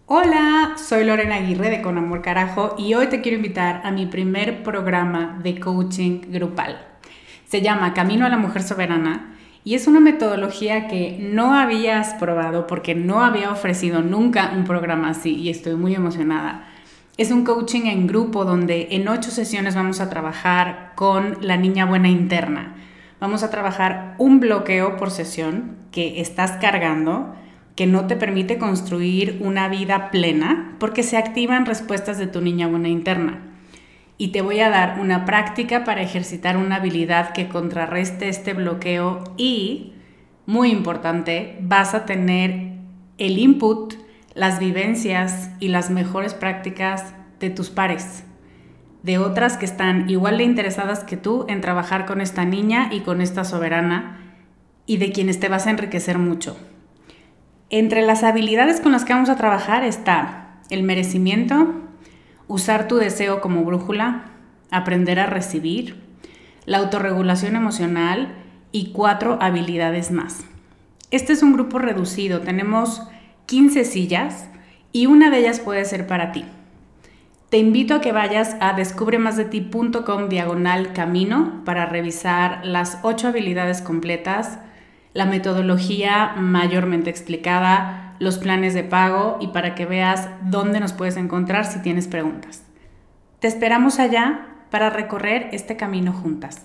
Hola, soy Lorena Aguirre de Con Amor Carajo y hoy te quiero invitar a mi primer programa de coaching grupal. Se llama Camino a la Mujer Soberana y es una metodología que no habías probado porque no había ofrecido nunca un programa así y estoy muy emocionada. Es un coaching en grupo donde en 8 sesiones vamos a trabajar con la niña buena interna. Vamos a trabajar un bloqueo por sesión que estás cargando, que no te permite construir una vida plena porque se activan respuestas de tu niña buena interna. Y te voy a dar una práctica para ejercitar una habilidad que contrarreste este bloqueo y, muy importante, vas a tener el input, las vivencias y las mejores prácticas de tus pares, de otras que están igual de interesadas que tú en trabajar con esta niña y con esta soberana y de quienes te vas a enriquecer mucho. Entre las habilidades con las que vamos a trabajar está el merecimiento, usar tu deseo como brújula, aprender a recibir, la autorregulación emocional y 4 habilidades más. Este es un grupo reducido, tenemos 15 sillas y una de ellas puede ser para ti. Te invito a que vayas a descubremasdeti.com/camino para revisar las 8 habilidades completas, la metodología mayormente explicada, los planes de pago y para que veas dónde nos puedes encontrar si tienes preguntas. Te esperamos allá para recorrer este camino juntas.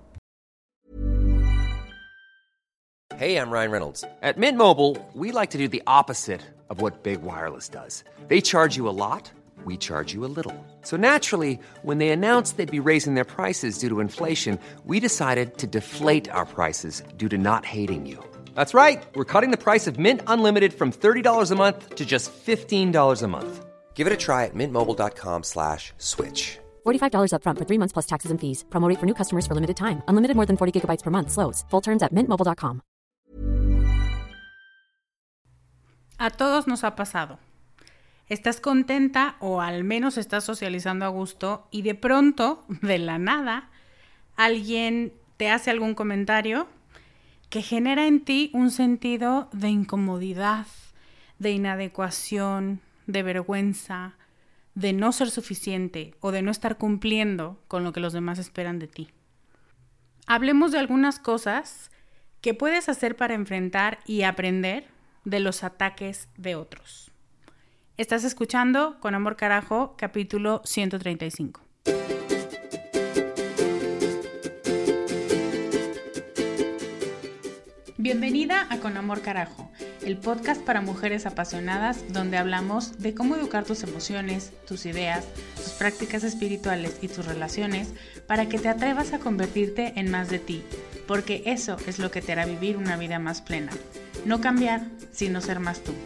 Hey, I'm Ryan Reynolds. At Mint Mobile, we like to do the opposite of what Big Wireless does. They charge you a lot, we charge you a little. So naturally, when they announced they'd be raising their prices due to inflation, we decided to deflate our prices due to not hating you. That's right. We're cutting the price of Mint Unlimited from $30 a month to just $15 a month. Give it a try at mintmobile.com/switch. $45 up front for 3 months plus taxes and fees. Promo rate for new customers for limited time. Unlimited more than 40 gigabytes per month. Slows full terms at mintmobile.com. A todos nos ha pasado. Estás contenta o al menos estás socializando a gusto y de pronto, de la nada, alguien te hace algún comentario que genera en ti un sentido de incomodidad, de inadecuación, de vergüenza, de no ser suficiente o de no estar cumpliendo con lo que los demás esperan de ti. Hablemos de algunas cosas que puedes hacer para enfrentar y aprender de los ataques de otros. Estás escuchando Con Amor Carajo, capítulo 135. Bienvenida a Con Amor Carajo, el podcast para mujeres apasionadas donde hablamos de cómo educar tus emociones, tus ideas, tus prácticas espirituales y tus relaciones para que te atrevas a convertirte en más de ti, porque eso es lo que te hará vivir una vida más plena. No cambiar, sino ser más tú.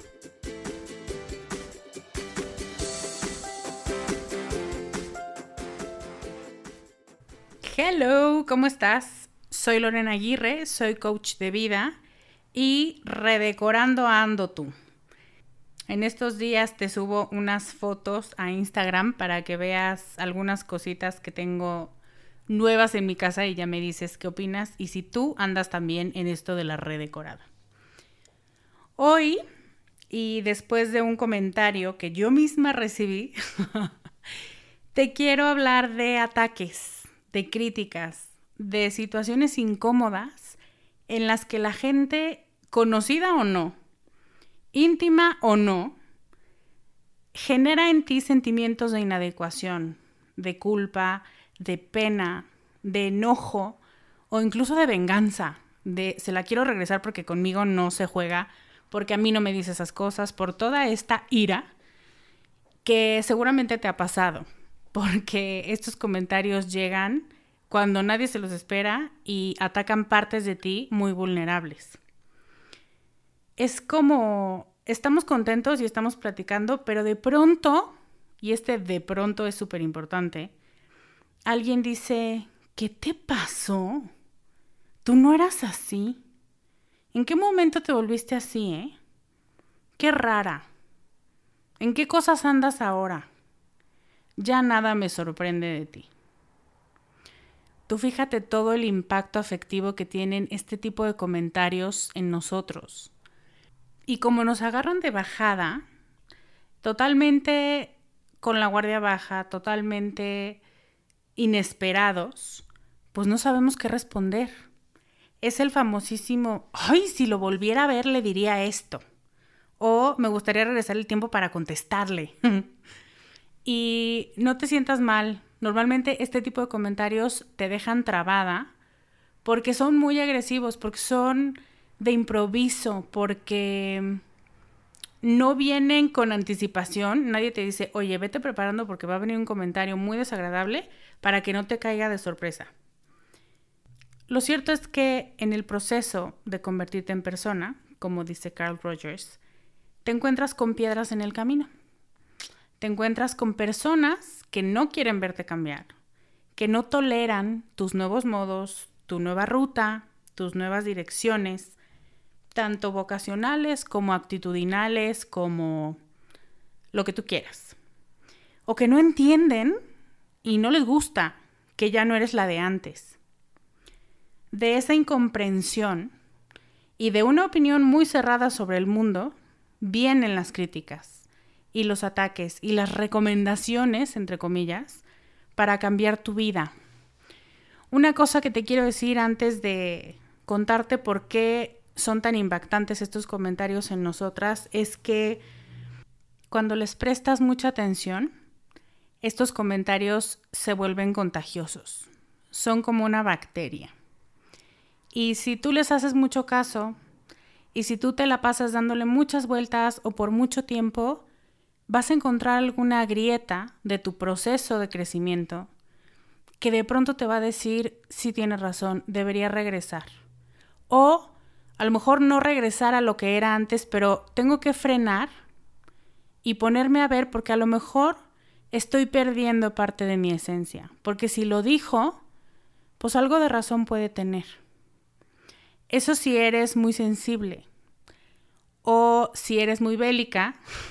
Hello, ¿cómo estás? Soy Lorena Aguirre, soy coach de vida y redecorando ando tú. En estos días te subo unas fotos a Instagram para que veas algunas cositas que tengo nuevas en mi casa y ya me dices qué opinas y si tú andas también en esto de la redecorada. Hoy, y después de un comentario que yo misma recibí, te quiero hablar de ataques, de críticas, de situaciones incómodas en las que la gente, conocida o no, íntima o no, genera en ti sentimientos de inadecuación, de culpa, de pena, de enojo o incluso de venganza, de se la quiero regresar porque conmigo no se juega, porque a mí no me dice esas cosas, por toda esta ira que seguramente te ha pasado, porque estos comentarios llegan cuando nadie se los espera y atacan partes de ti muy vulnerables. Es como estamos contentos y estamos platicando, pero de pronto, y este de pronto es súper importante, alguien dice, ¿qué te pasó? ¿Tú no eras así? ¿En qué momento te volviste así, Qué rara. ¿En qué cosas andas ahora? Ya nada me sorprende de ti. Tú fíjate todo el impacto afectivo que tienen este tipo de comentarios en nosotros. Y como nos agarran de bajada, totalmente con la guardia baja, totalmente inesperados, pues no sabemos qué responder. Es el famosísimo, ay, si lo volviera a ver le diría esto. O me gustaría regresar el tiempo para contestarle. Y no te sientas mal. Normalmente este tipo de comentarios te dejan trabada porque son muy agresivos, porque son de improviso, porque no vienen con anticipación. Nadie te dice, oye, vete preparando porque va a venir un comentario muy desagradable para que no te caiga de sorpresa. Lo cierto es que en el proceso de convertirte en persona, como dice Carl Rogers, te encuentras con piedras en el camino. Te encuentras con personas que no quieren verte cambiar, que no toleran tus nuevos modos, tu nueva ruta, tus nuevas direcciones, tanto vocacionales como actitudinales, como lo que tú quieras. O que no entienden y no les gusta que ya no eres la de antes. De esa incomprensión y de una opinión muy cerrada sobre el mundo, vienen las críticas y los ataques y las recomendaciones, entre comillas, para cambiar tu vida. Una cosa que te quiero decir antes de contarte por qué son tan impactantes estos comentarios en nosotras es que cuando les prestas mucha atención, estos comentarios se vuelven contagiosos. Son como una bacteria. Y si tú les haces mucho caso, y si tú te la pasas dándole muchas vueltas o por mucho tiempo, vas a encontrar alguna grieta de tu proceso de crecimiento que de pronto te va a decir, sí tienes razón, debería regresar. O a lo mejor no regresar a lo que era antes, pero tengo que frenar y ponerme a ver porque a lo mejor estoy perdiendo parte de mi esencia. Porque si lo dijo, pues algo de razón puede tener. Eso si eres muy sensible o si eres muy bélica,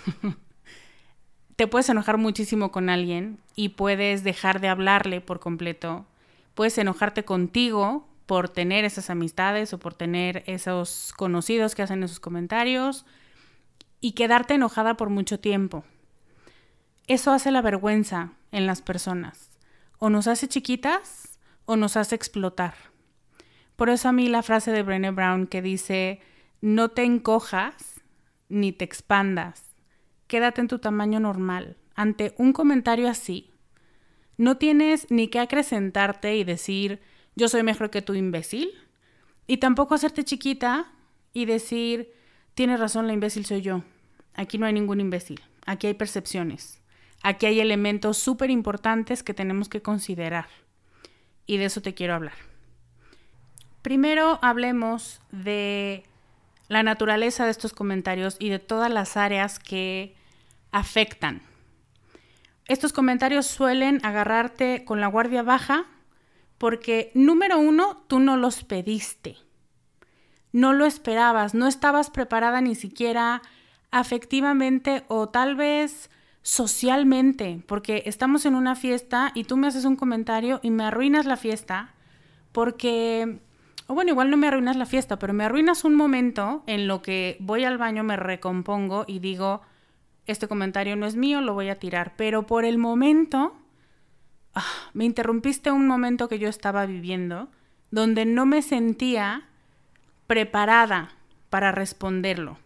te puedes enojar muchísimo con alguien y puedes dejar de hablarle por completo. Puedes enojarte contigo por tener esas amistades o por tener esos conocidos que hacen esos comentarios y quedarte enojada por mucho tiempo. Eso hace la vergüenza en las personas. O nos hace chiquitas o nos hace explotar. Por eso a mí la frase de Brené Brown que dice, no te encojas ni te expandas. Quédate en tu tamaño normal. Ante un comentario así, no tienes ni que acrecentarte y decir, yo soy mejor que tú, imbécil. Y tampoco hacerte chiquita y decir, tienes razón, la imbécil soy yo. Aquí no hay ningún imbécil. Aquí hay percepciones. Aquí hay elementos súper importantes que tenemos que considerar. Y de eso te quiero hablar. Primero hablemos de la naturaleza de estos comentarios y de todas las áreas que afectan. Estos comentarios suelen agarrarte con la guardia baja porque, número uno, tú no los pediste. No lo esperabas, no estabas preparada ni siquiera afectivamente o tal vez socialmente, porque estamos en una fiesta y tú me haces un comentario y me arruinas la fiesta porque... O bueno, igual no me arruinas la fiesta, pero me arruinas un momento en lo que voy al baño, me recompongo y digo, este comentario no es mío, lo voy a tirar. Pero por el momento, me interrumpiste un momento que yo estaba viviendo, donde no me sentía preparada para responderlo.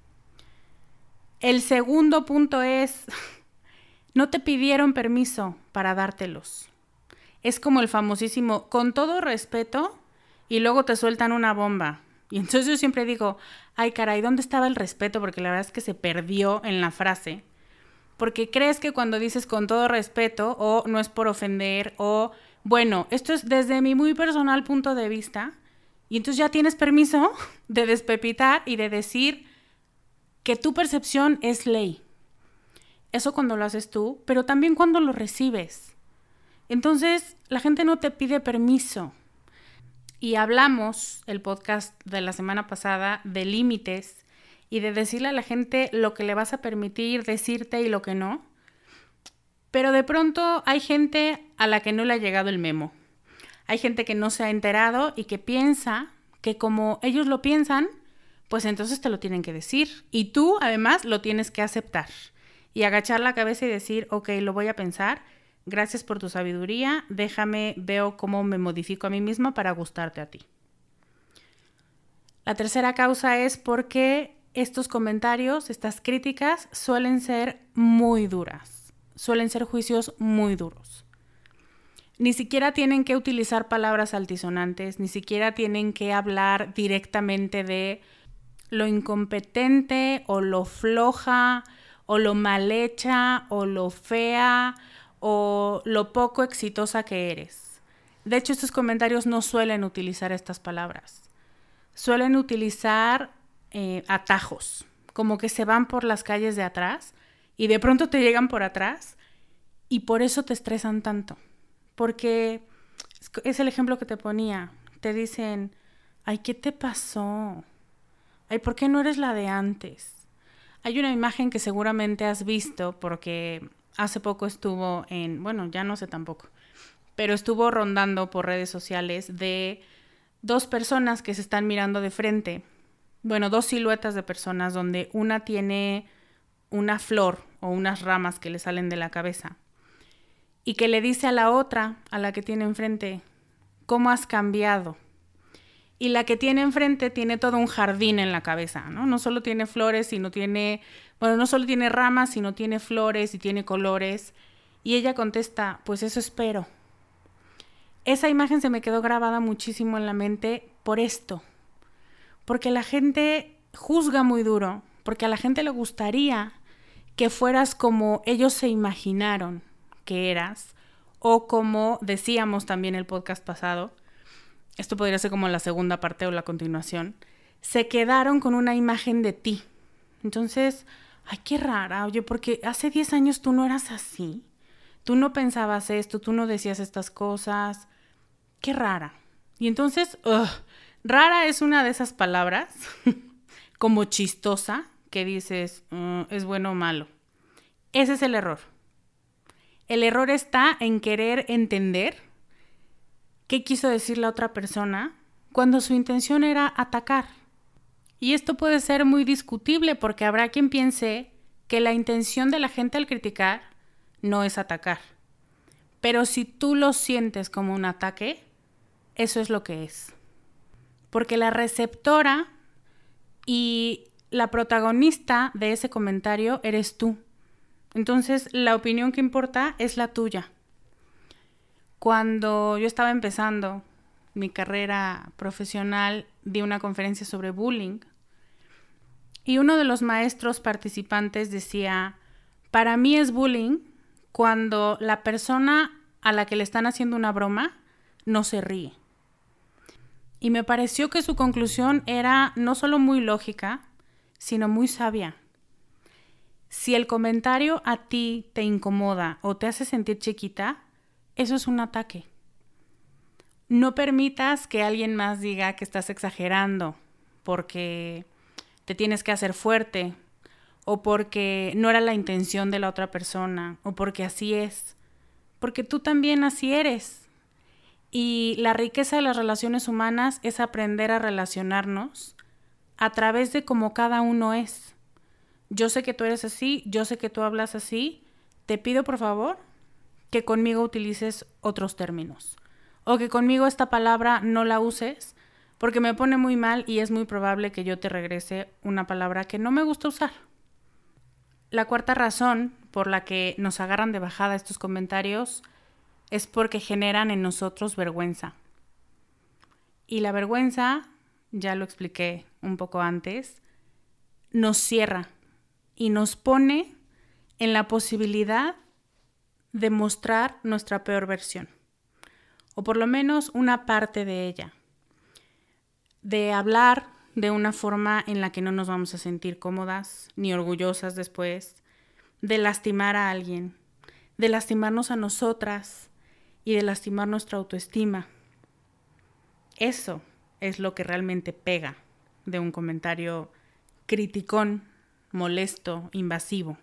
El segundo punto es, no te pidieron permiso para dártelos. Es como el famosísimo, con todo respeto... Y luego te sueltan una bomba. Y entonces yo siempre digo, ay caray, ¿dónde estaba el respeto? Porque la verdad es que se perdió en la frase. Porque crees que cuando dices con todo respeto, o no es por ofender, o bueno, esto es desde mi muy personal punto de vista. Y entonces ya tienes permiso de despepitar y de decir que tu percepción es ley. Eso cuando lo haces tú, pero también cuando lo recibes. Entonces la gente no te pide permiso. Y hablamos, el podcast de la semana pasada, de límites y de decirle a la gente lo que le vas a permitir decirte y lo que no. Pero de pronto hay gente a la que no le ha llegado el memo. Hay gente que no se ha enterado y que piensa que como ellos lo piensan, pues entonces te lo tienen que decir. Y tú, además, lo tienes que aceptar. y agachar la cabeza y decir, ok, lo voy a pensar, gracias por tu sabiduría, veo cómo me modifico a mí misma para gustarte a ti. La tercera causa es porque estos comentarios, estas críticas, suelen ser muy duras, suelen ser juicios muy duros. Ni siquiera tienen que utilizar palabras altisonantes, ni siquiera tienen que hablar directamente de lo incompetente o lo floja o lo mal hecha o lo fea o lo poco exitosa que eres. De hecho, estos comentarios no suelen utilizar estas palabras. Suelen utilizar atajos, como que se van por las calles de atrás y de pronto te llegan por atrás y por eso te estresan tanto. Porque es el ejemplo que te ponía. Te dicen, ay, ¿qué te pasó? Ay, ¿por qué no eres la de antes? Hay una imagen que seguramente has visto porque hace poco estuvo ya no sé tampoco, pero estuvo rondando por redes sociales de 2 personas que se están mirando de frente. 2 siluetas de personas donde una tiene una flor o unas ramas que le salen de la cabeza y que le dice a la otra, a la que tiene enfrente, ¿cómo has cambiado? Y la que tiene enfrente tiene todo un jardín en la cabeza, ¿no? No solo tiene flores, no solo tiene ramas, sino tiene flores y tiene colores. Y ella contesta, pues eso espero. Esa imagen se me quedó grabada muchísimo en la mente por esto. Porque la gente juzga muy duro, porque a la gente le gustaría que fueras como ellos se imaginaron que eras, o como decíamos también el podcast pasado, esto podría ser como la segunda parte o la continuación, se quedaron con una imagen de ti. Entonces, ay, qué rara, oye, porque hace 10 años tú no eras así, tú no pensabas esto, tú no decías estas cosas, qué rara. Y entonces, rara es una de esas palabras, como chistosa, que dices, es bueno o malo. Ese es el error. El error está en querer entender qué quiso decir la otra persona cuando su intención era atacar. Y esto puede ser muy discutible porque habrá quien piense que la intención de la gente al criticar no es atacar. Pero si tú lo sientes como un ataque, eso es lo que es. Porque la receptora y la protagonista de ese comentario eres tú. Entonces, la opinión que importa es la tuya. Cuando yo estaba empezando mi carrera profesional, di una conferencia sobre bullying y uno de los maestros participantes decía, para mí es bullying cuando la persona a la que le están haciendo una broma no se ríe. Y me pareció que su conclusión era no solo muy lógica, sino muy sabia. Si el comentario a ti te incomoda o te hace sentir chiquita, eso es un ataque. No permitas que alguien más diga que estás exagerando porque te tienes que hacer fuerte o porque no era la intención de la otra persona o porque así es. Porque tú también así eres. Y la riqueza de las relaciones humanas es aprender a relacionarnos a través de cómo cada uno es. Yo sé que tú eres así, yo sé que tú hablas así. Te pido, por favor, que conmigo utilices otros términos. O que conmigo esta palabra no la uses, porque me pone muy mal y es muy probable que yo te regrese una palabra que no me gusta usar. La cuarta razón por la que nos agarran de bajada estos comentarios es porque generan en nosotros vergüenza. Y la vergüenza, ya lo expliqué un poco antes, nos cierra y nos pone en la posibilidad de mostrar nuestra peor versión, o por lo menos una parte de ella, de hablar de una forma en la que no nos vamos a sentir cómodas ni orgullosas después, de lastimar a alguien, de lastimarnos a nosotras y de lastimar nuestra autoestima. Eso es lo que realmente pega de un comentario criticón, molesto, invasivo.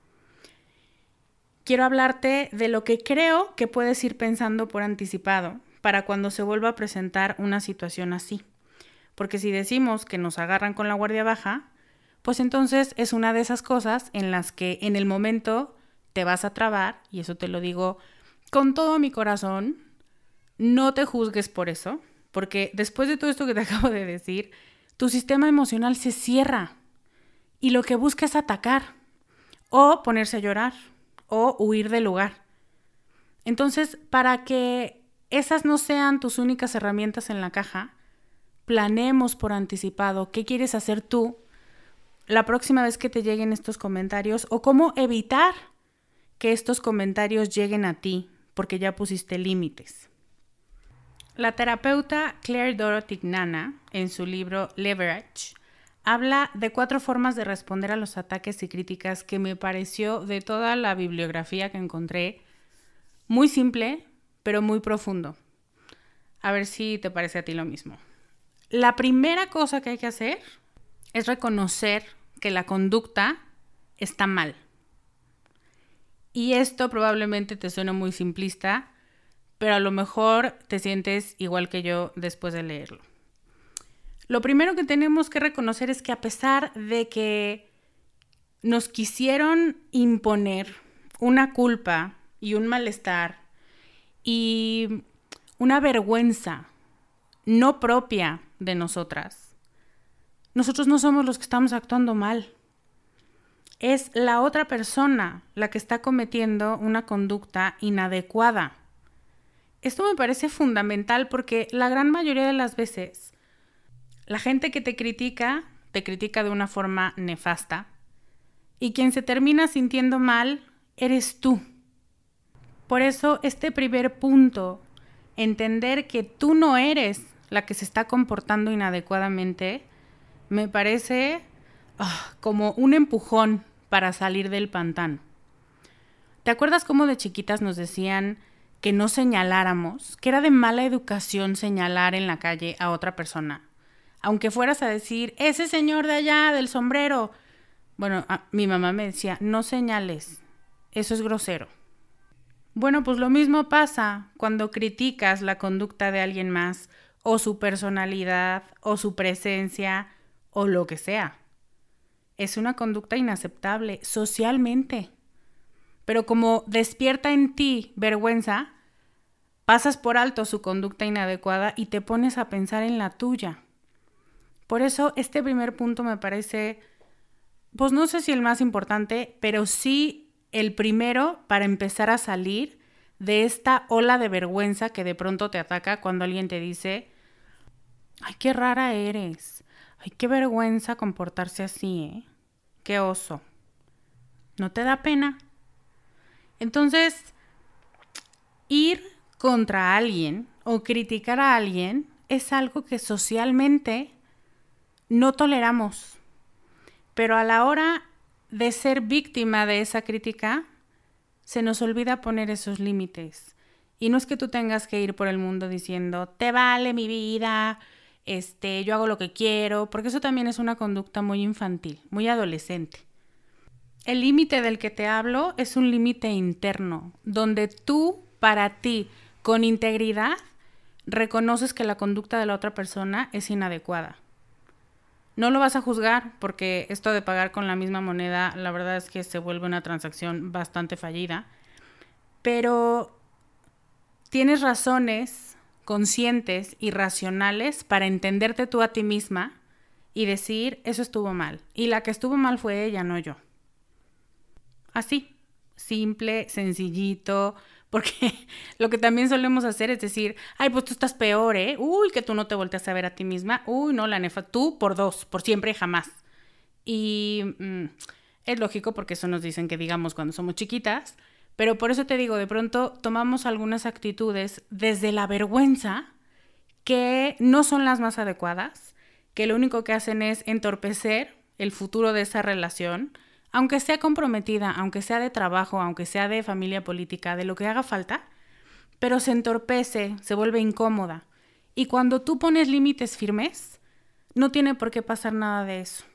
Quiero hablarte de lo que creo que puedes ir pensando por anticipado para cuando se vuelva a presentar una situación así. Porque si decimos que nos agarran con la guardia baja, pues entonces es una de esas cosas en las que en el momento te vas a trabar, y eso te lo digo con todo mi corazón. No te juzgues por eso, porque después de todo esto que te acabo de decir, tu sistema emocional se cierra y lo que busca es atacar o ponerse a llorar o huir del lugar. Entonces, para que esas no sean tus únicas herramientas en la caja, planeemos por anticipado qué quieres hacer tú la próxima vez que te lleguen estos comentarios o cómo evitar que estos comentarios lleguen a ti porque ya pusiste límites. La terapeuta Claire Dorothy Nana, en su libro Leverage, habla de 4 formas de responder a los ataques y críticas que me pareció, de toda la bibliografía que encontré, muy simple, pero muy profundo. A ver si te parece a ti lo mismo. La primera cosa que hay que hacer es reconocer que la conducta está mal. Y esto probablemente te suena muy simplista, pero a lo mejor te sientes igual que yo después de leerlo. Lo primero que tenemos que reconocer es que a pesar de que nos quisieron imponer una culpa y un malestar y una vergüenza no propia de nosotras, nosotros no somos los que estamos actuando mal. Es la otra persona la que está cometiendo una conducta inadecuada. Esto me parece fundamental porque la gran mayoría de las veces la gente que te critica de una forma nefasta y quien se termina sintiendo mal eres tú. Por eso este primer punto, entender que tú no eres la que se está comportando inadecuadamente, me parece como un empujón para salir del pantano. ¿Te acuerdas cómo de chiquitas nos decían que no señaláramos, que era de mala educación señalar en la calle a otra persona? Aunque fueras a decir, ese señor de allá, del sombrero. Bueno, mi mamá me decía, no señales, eso es grosero. Bueno, pues lo mismo pasa cuando criticas la conducta de alguien más, o su personalidad, o su presencia, o lo que sea. Es una conducta inaceptable socialmente. Pero como despierta en ti vergüenza, pasas por alto su conducta inadecuada y te pones a pensar en la tuya. Por eso este primer punto me parece, pues no sé si el más importante, pero sí el primero para empezar a salir de esta ola de vergüenza que de pronto te ataca cuando alguien te dice, ay, qué rara eres, ay, qué vergüenza comportarse así, qué oso. ¿No te da pena? Entonces, ir contra alguien o criticar a alguien es algo que socialmente no toleramos. Pero a la hora de ser víctima de esa crítica, se nos olvida poner esos límites. Y no es que tú tengas que ir por el mundo diciendo, te vale mi vida, yo hago lo que quiero, porque eso también es una conducta muy infantil, muy adolescente. El límite del que te hablo es un límite interno, donde tú, para ti, con integridad, reconoces que la conducta de la otra persona es inadecuada. No lo vas a juzgar, porque esto de pagar con la misma moneda, la verdad es que se vuelve una transacción bastante fallida, pero tienes razones conscientes y racionales para entenderte tú a ti misma y decir, eso estuvo mal, y la que estuvo mal fue ella, no yo. Así, simple, sencillito, porque lo que también solemos hacer es decir, ay, pues tú estás peor, uy, que tú no te volteas a ver a ti misma, uy, no, la nefa, tú por 2, por siempre y jamás. Y es lógico porque eso nos dicen que digamos cuando somos chiquitas, pero por eso te digo, de pronto tomamos algunas actitudes desde la vergüenza que no son las más adecuadas, que lo único que hacen es entorpecer el futuro de esa relación, aunque sea comprometida, aunque sea de trabajo, aunque sea de familia política, de lo que haga falta, pero se entorpece, se vuelve incómoda. Y cuando tú pones límites firmes, no tiene por qué pasar nada de eso.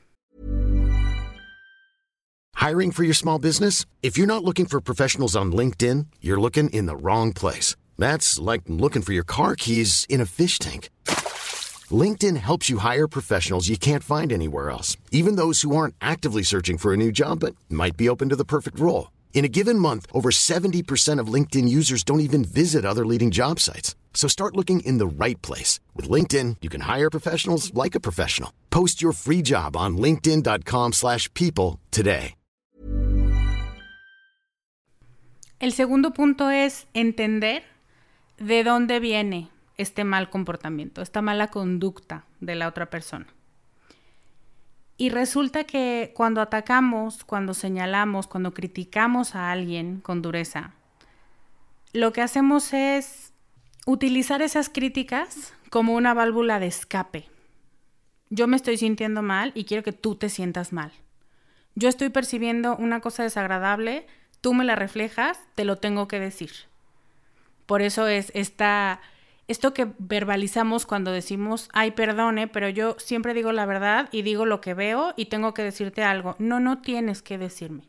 Hiring for your small business? If you're not looking for professionals on LinkedIn, you're looking in the wrong place. That's like looking for your car keys in a fish tank. LinkedIn helps you hire professionals you can't find anywhere else, even those who aren't actively searching for a new job but might be open to the perfect role. In a given month, over 70% of LinkedIn users don't even visit other leading job sites. So start looking in the right place. With LinkedIn, you can hire professionals like a professional. Post your free job on linkedin.com/people today. El segundo punto es entender de dónde viene este mal comportamiento, esta mala conducta de la otra persona. Y resulta que cuando atacamos, cuando señalamos, cuando criticamos a alguien con dureza, lo que hacemos es utilizar esas críticas como una válvula de escape. Yo me estoy sintiendo mal y quiero que tú te sientas mal. Yo estoy percibiendo una cosa desagradable, tú me la reflejas, te lo tengo que decir. Por eso es esto que verbalizamos cuando decimos, ay, perdone, pero yo siempre digo la verdad y digo lo que veo y tengo que decirte algo. No tienes que decirme.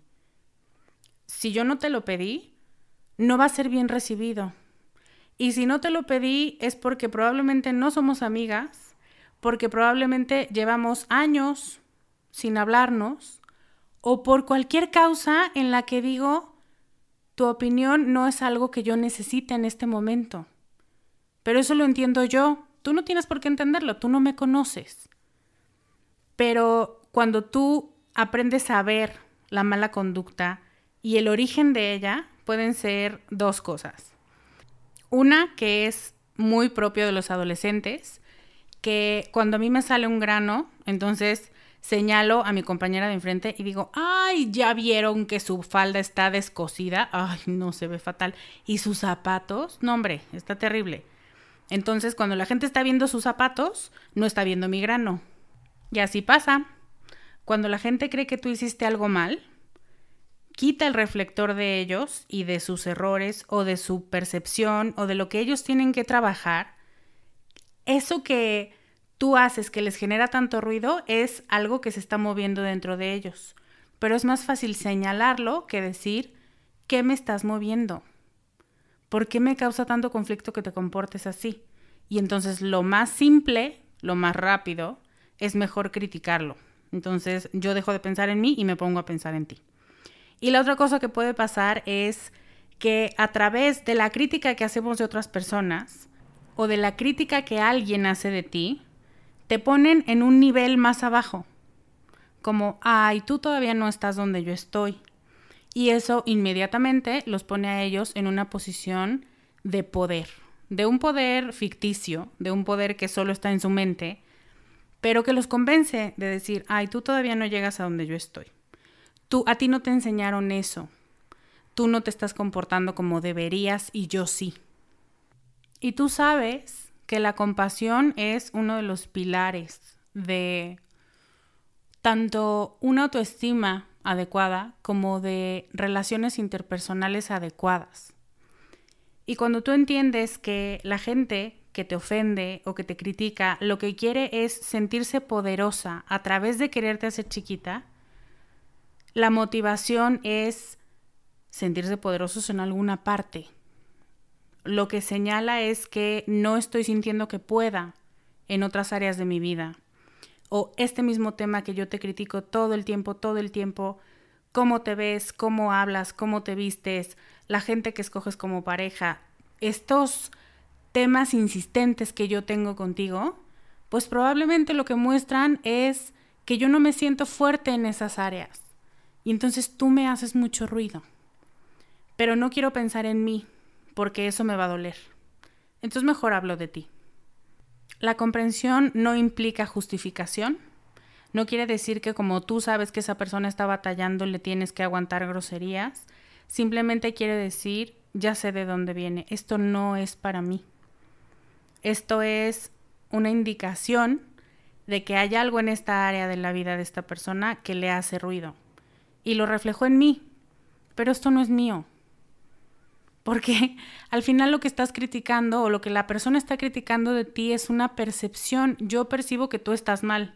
Si yo no te lo pedí, no va a ser bien recibido. Y si no te lo pedí es porque probablemente no somos amigas, porque probablemente llevamos años sin hablarnos, o por cualquier causa en la que digo, tu opinión no es algo que yo necesite en este momento. Pero eso lo entiendo yo. Tú no tienes por qué entenderlo, tú no me conoces. Pero cuando tú aprendes a ver la mala conducta y el origen de ella, pueden ser dos cosas. Una, que es muy propio de los adolescentes, que cuando a mí me sale un grano, entonces señalo a mi compañera de enfrente y digo, ay, ¿ya vieron que su falda está descosida? Ay, no, se ve fatal. ¿Y sus zapatos? No, hombre, está terrible. Entonces, cuando la gente está viendo sus zapatos, no está viendo mi grano. Y así pasa. Cuando la gente cree que tú hiciste algo mal, quita el reflector de ellos y de sus errores o de su percepción o de lo que ellos tienen que trabajar. Eso que tú haces que les genera tanto ruido es algo que se está moviendo dentro de ellos. Pero es más fácil señalarlo que decir, ¿qué me estás moviendo? ¿Por qué me causa tanto conflicto que te comportes así? Y entonces lo más simple, lo más rápido, es mejor criticarlo. Entonces yo dejo de pensar en mí y me pongo a pensar en ti. Y la otra cosa que puede pasar es que a través de la crítica que hacemos de otras personas o de la crítica que alguien hace de ti, te ponen en un nivel más abajo. Como, ay, tú todavía no estás donde yo estoy. Y eso inmediatamente los pone a ellos en una posición de poder, de un poder ficticio, de un poder que solo está en su mente, pero que los convence de decir, ay, tú todavía no llegas a donde yo estoy. A ti no te enseñaron eso. Tú no te estás comportando como deberías y yo sí. Y tú sabes que la compasión es uno de los pilares de tanto una autoestima adecuada como de relaciones interpersonales adecuadas. Y cuando tú entiendes que la gente que te ofende o que te critica lo que quiere es sentirse poderosa a través de quererte hacer chiquita, la motivación es sentirse poderosos en alguna parte. Lo que señala es que no estoy sintiendo que pueda en otras áreas de mi vida. O este mismo tema que yo te critico todo el tiempo, cómo te ves, cómo hablas, cómo te vistes, la gente que escoges como pareja, estos temas insistentes que yo tengo contigo, pues probablemente lo que muestran es que yo no me siento fuerte en esas áreas. Y entonces tú me haces mucho ruido. Pero no quiero pensar en mí, porque eso me va a doler. Entonces mejor hablo de ti. La comprensión no implica justificación. No quiere decir que como tú sabes que esa persona está batallando, le tienes que aguantar groserías. Simplemente quiere decir, ya sé de dónde viene. Esto no es para mí. Esto es una indicación de que hay algo en esta área de la vida de esta persona que le hace ruido. Y lo reflejó en mí. Pero esto no es mío. Porque al final lo que estás criticando o lo que la persona está criticando de ti es una percepción. Yo percibo que tú estás mal.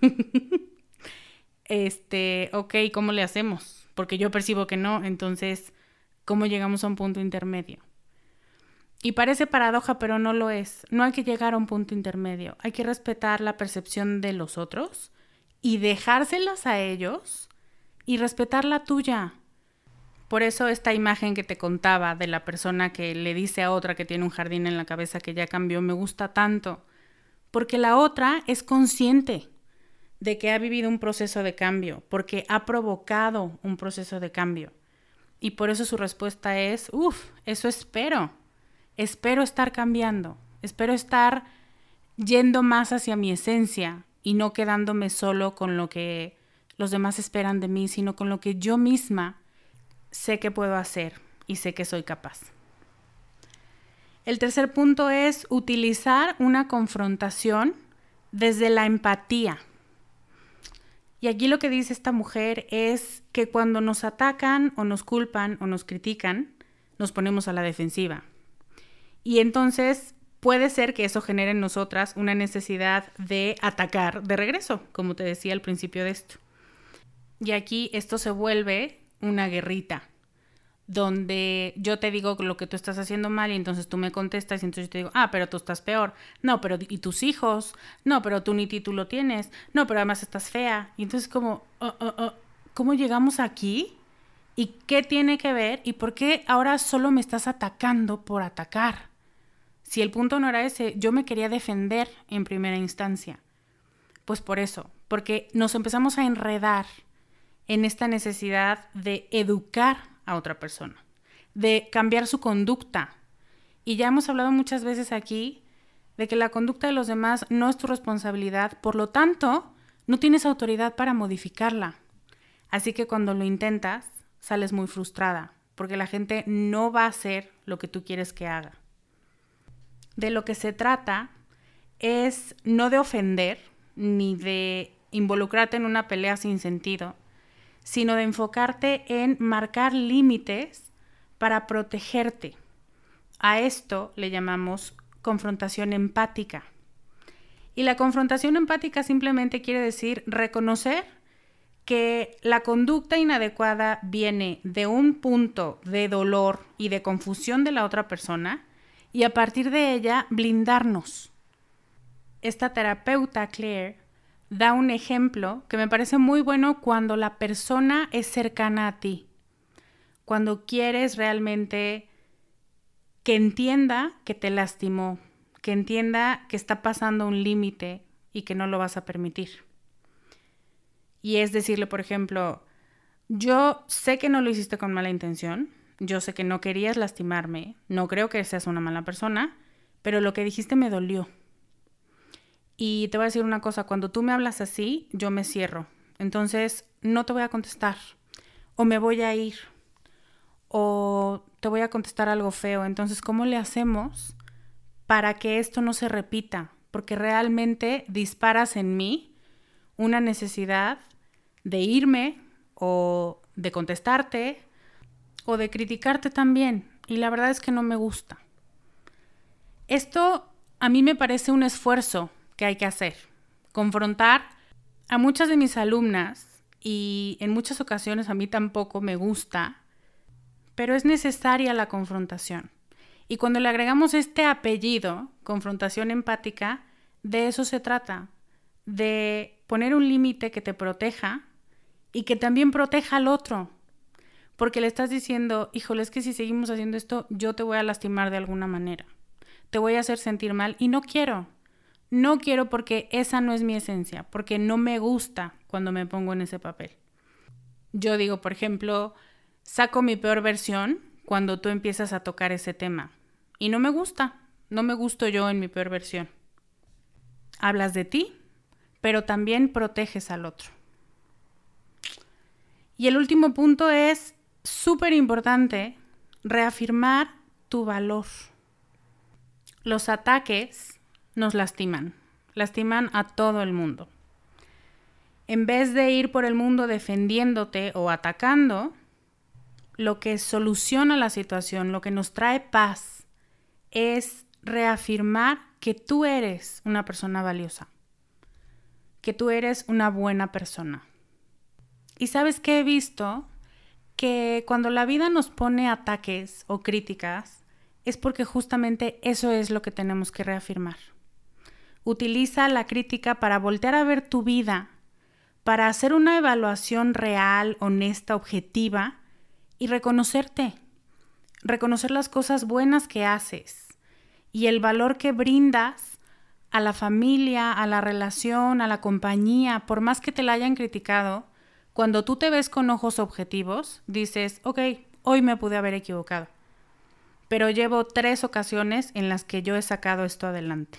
Ok, ¿cómo le hacemos? Porque yo percibo que no, entonces, ¿cómo llegamos a un punto intermedio? Y parece paradoja, pero no lo es. No hay que llegar a un punto intermedio. Hay que respetar la percepción de los otros y dejárselas a ellos y respetar la tuya. Por eso esta imagen que te contaba de la persona que le dice a otra que tiene un jardín en la cabeza que ya cambió, me gusta tanto. Porque la otra es consciente de que ha vivido un proceso de cambio, porque ha provocado un proceso de cambio. Y por eso su respuesta es, eso espero. Espero estar cambiando. Espero estar yendo más hacia mi esencia y no quedándome solo con lo que los demás esperan de mí, sino con lo que yo misma sé que puedo hacer y sé que soy capaz. El tercer punto es utilizar una confrontación desde la empatía. Y aquí lo que dice esta mujer es que cuando nos atacan o nos culpan o nos critican, nos ponemos a la defensiva. Y entonces puede ser que eso genere en nosotras una necesidad de atacar de regreso, como te decía al principio de esto. Y aquí esto se vuelve una guerrita, donde yo te digo lo que tú estás haciendo mal y entonces tú me contestas y entonces yo te digo, pero tú estás peor. No, pero ¿y tus hijos? No, pero tú ni título tienes. No, pero además estás fea. Y entonces ¿cómo llegamos aquí? ¿Y qué tiene que ver? ¿Y por qué ahora solo me estás atacando por atacar? Si el punto no era ese, yo me quería defender en primera instancia. Pues por eso, porque nos empezamos a enredar en esta necesidad de educar a otra persona, de cambiar su conducta. Y ya hemos hablado muchas veces aquí de que la conducta de los demás no es tu responsabilidad, por lo tanto, no tienes autoridad para modificarla. Así que cuando lo intentas, sales muy frustrada, porque la gente no va a hacer lo que tú quieres que haga. De lo que se trata es no de ofender, ni de involucrarte en una pelea sin sentido, sino de enfocarte en marcar límites para protegerte. A esto le llamamos confrontación empática. Y la confrontación empática simplemente quiere decir reconocer que la conducta inadecuada viene de un punto de dolor y de confusión de la otra persona y a partir de ella blindarnos. Esta terapeuta, Claire, da un ejemplo que me parece muy bueno cuando la persona es cercana a ti, cuando quieres realmente que entienda que te lastimó, que entienda que está pasando un límite y que no lo vas a permitir. Y es decirle, por ejemplo, yo sé que no lo hiciste con mala intención, yo sé que no querías lastimarme, no creo que seas una mala persona, pero lo que dijiste me dolió. Y te voy a decir una cosa, cuando tú me hablas así, yo me cierro. Entonces, no te voy a contestar. O me voy a ir. O te voy a contestar algo feo. Entonces, ¿cómo le hacemos para que esto no se repita? Porque realmente disparas en mí una necesidad de irme o de contestarte o de criticarte también. Y la verdad es que no me gusta. Esto a mí me parece un esfuerzo que hay que hacer. Confrontar a muchas de mis alumnas y en muchas ocasiones a mí tampoco me gusta, pero es necesaria la confrontación. Y cuando le agregamos este apellido, confrontación empática, de eso se trata, de poner un límite que te proteja y que también proteja al otro. Porque le estás diciendo, híjole, es que si seguimos haciendo esto, yo te voy a lastimar de alguna manera. Te voy a hacer sentir mal y no quiero. No quiero porque esa no es mi esencia, porque no me gusta cuando me pongo en ese papel. Yo digo, por ejemplo, saco mi peor versión cuando tú empiezas a tocar ese tema. Y no me gusta, no me gusto yo en mi peor versión. Hablas de ti, pero también proteges al otro. Y el último punto es súper importante, reafirmar tu valor. Los ataques nos lastiman a todo el mundo. En vez de ir por el mundo defendiéndote o atacando, lo que soluciona la situación, lo que nos trae paz, es reafirmar que tú eres una persona valiosa, que tú eres una buena persona. Y ¿sabes qué he visto? Que cuando la vida nos pone ataques o críticas, es porque justamente eso es lo que tenemos que reafirmar. Utiliza la crítica para voltear a ver tu vida, para hacer una evaluación real, honesta, objetiva y reconocerte. Reconocer las cosas buenas que haces y el valor que brindas a la familia, a la relación, a la compañía, por más que te la hayan criticado. Cuando tú te ves con ojos objetivos, dices, ok, hoy me pude haber equivocado, pero llevo 3 ocasiones en las que yo he sacado esto adelante.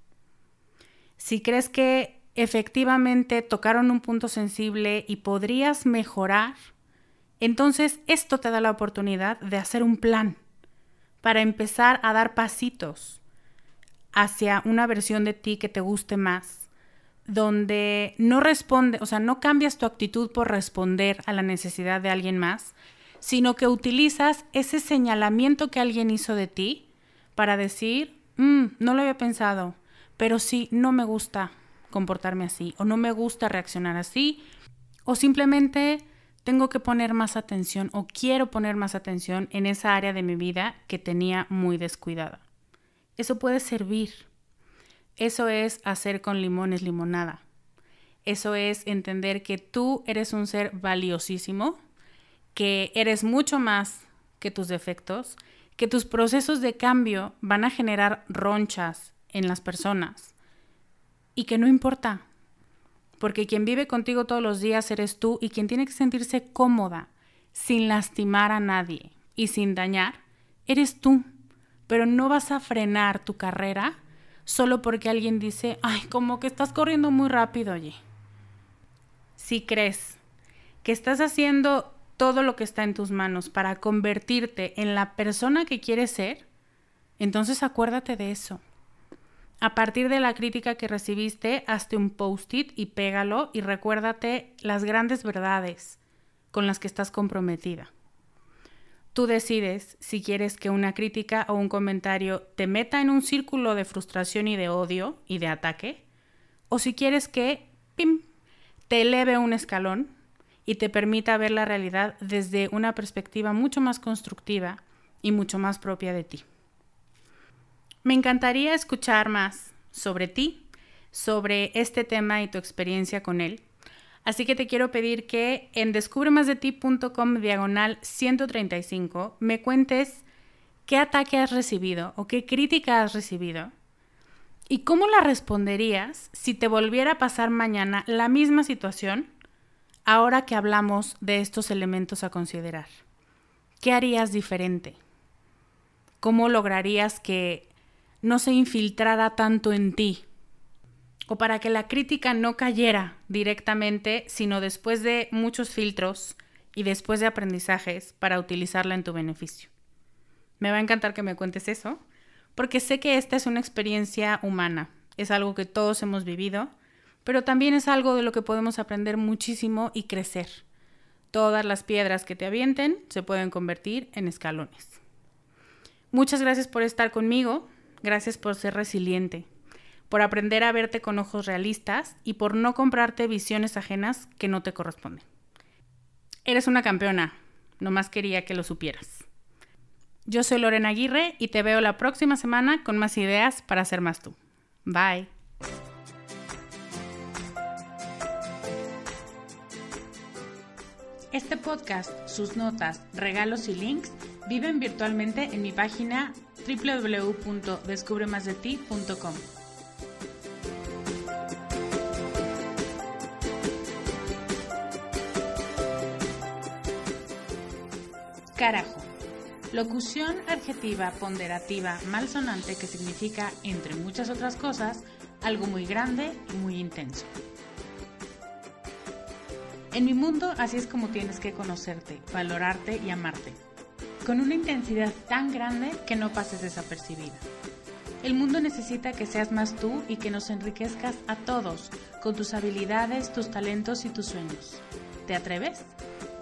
Si crees que efectivamente tocaron un punto sensible y podrías mejorar, entonces esto te da la oportunidad de hacer un plan para empezar a dar pasitos hacia una versión de ti que te guste más, donde no cambias tu actitud por responder a la necesidad de alguien más, sino que utilizas ese señalamiento que alguien hizo de ti para decir, no lo había pensado, pero sí, no me gusta comportarme así, o no me gusta reaccionar así, o simplemente tengo que poner más atención o quiero poner más atención en esa área de mi vida que tenía muy descuidada. Eso puede servir. Eso es hacer con limones limonada. Eso es entender que tú eres un ser valiosísimo, que eres mucho más que tus defectos, que tus procesos de cambio van a generar ronchas en las personas y que no importa, porque quien vive contigo todos los días eres tú y quien tiene que sentirse cómoda, sin lastimar a nadie y sin dañar, eres tú. Pero no vas a frenar tu carrera solo porque alguien dice, ay, como que estás corriendo muy rápido, oye. Si crees que estás haciendo todo lo que está en tus manos para convertirte en la persona que quieres ser, entonces acuérdate de eso. A partir de la crítica que recibiste, hazte un post-it y pégalo y recuérdate las grandes verdades con las que estás comprometida. Tú decides si quieres que una crítica o un comentario te meta en un círculo de frustración y de odio y de ataque, o si quieres que te eleve un escalón y te permita ver la realidad desde una perspectiva mucho más constructiva y mucho más propia de ti. Me encantaría escuchar más sobre ti, sobre este tema y tu experiencia con él. Así que te quiero pedir que en descubremasdeti.com/135 me cuentes qué ataque has recibido o qué crítica has recibido y cómo la responderías si te volviera a pasar mañana la misma situación ahora que hablamos de estos elementos a considerar. ¿Qué harías diferente? ¿Cómo lograrías que no se infiltrara tanto en ti? O para que la crítica no cayera directamente, sino después de muchos filtros y después de aprendizajes para utilizarla en tu beneficio. Me va a encantar que me cuentes eso, porque sé que esta es una experiencia humana, es algo que todos hemos vivido, pero también es algo de lo que podemos aprender muchísimo y crecer. Todas las piedras que te avienten se pueden convertir en escalones. Muchas gracias por estar conmigo, gracias por ser resiliente, por aprender a verte con ojos realistas y por no comprarte visiones ajenas que no te corresponden. Eres una campeona, nomás quería que lo supieras. Yo soy Lorena Aguirre y te veo la próxima semana con más ideas para ser más tú. Bye. Este podcast, sus notas, regalos y links viven virtualmente en mi página www.descubremasdeti.com. Carajo. Locución adjetiva ponderativa malsonante que significa, entre muchas otras cosas, algo muy grande y muy intenso. En mi mundo así es como tienes que conocerte, valorarte y amarte, con una intensidad tan grande que no pases desapercibida. El mundo necesita que seas más tú y que nos enriquezcas a todos con tus habilidades, tus talentos y tus sueños. ¿Te atreves?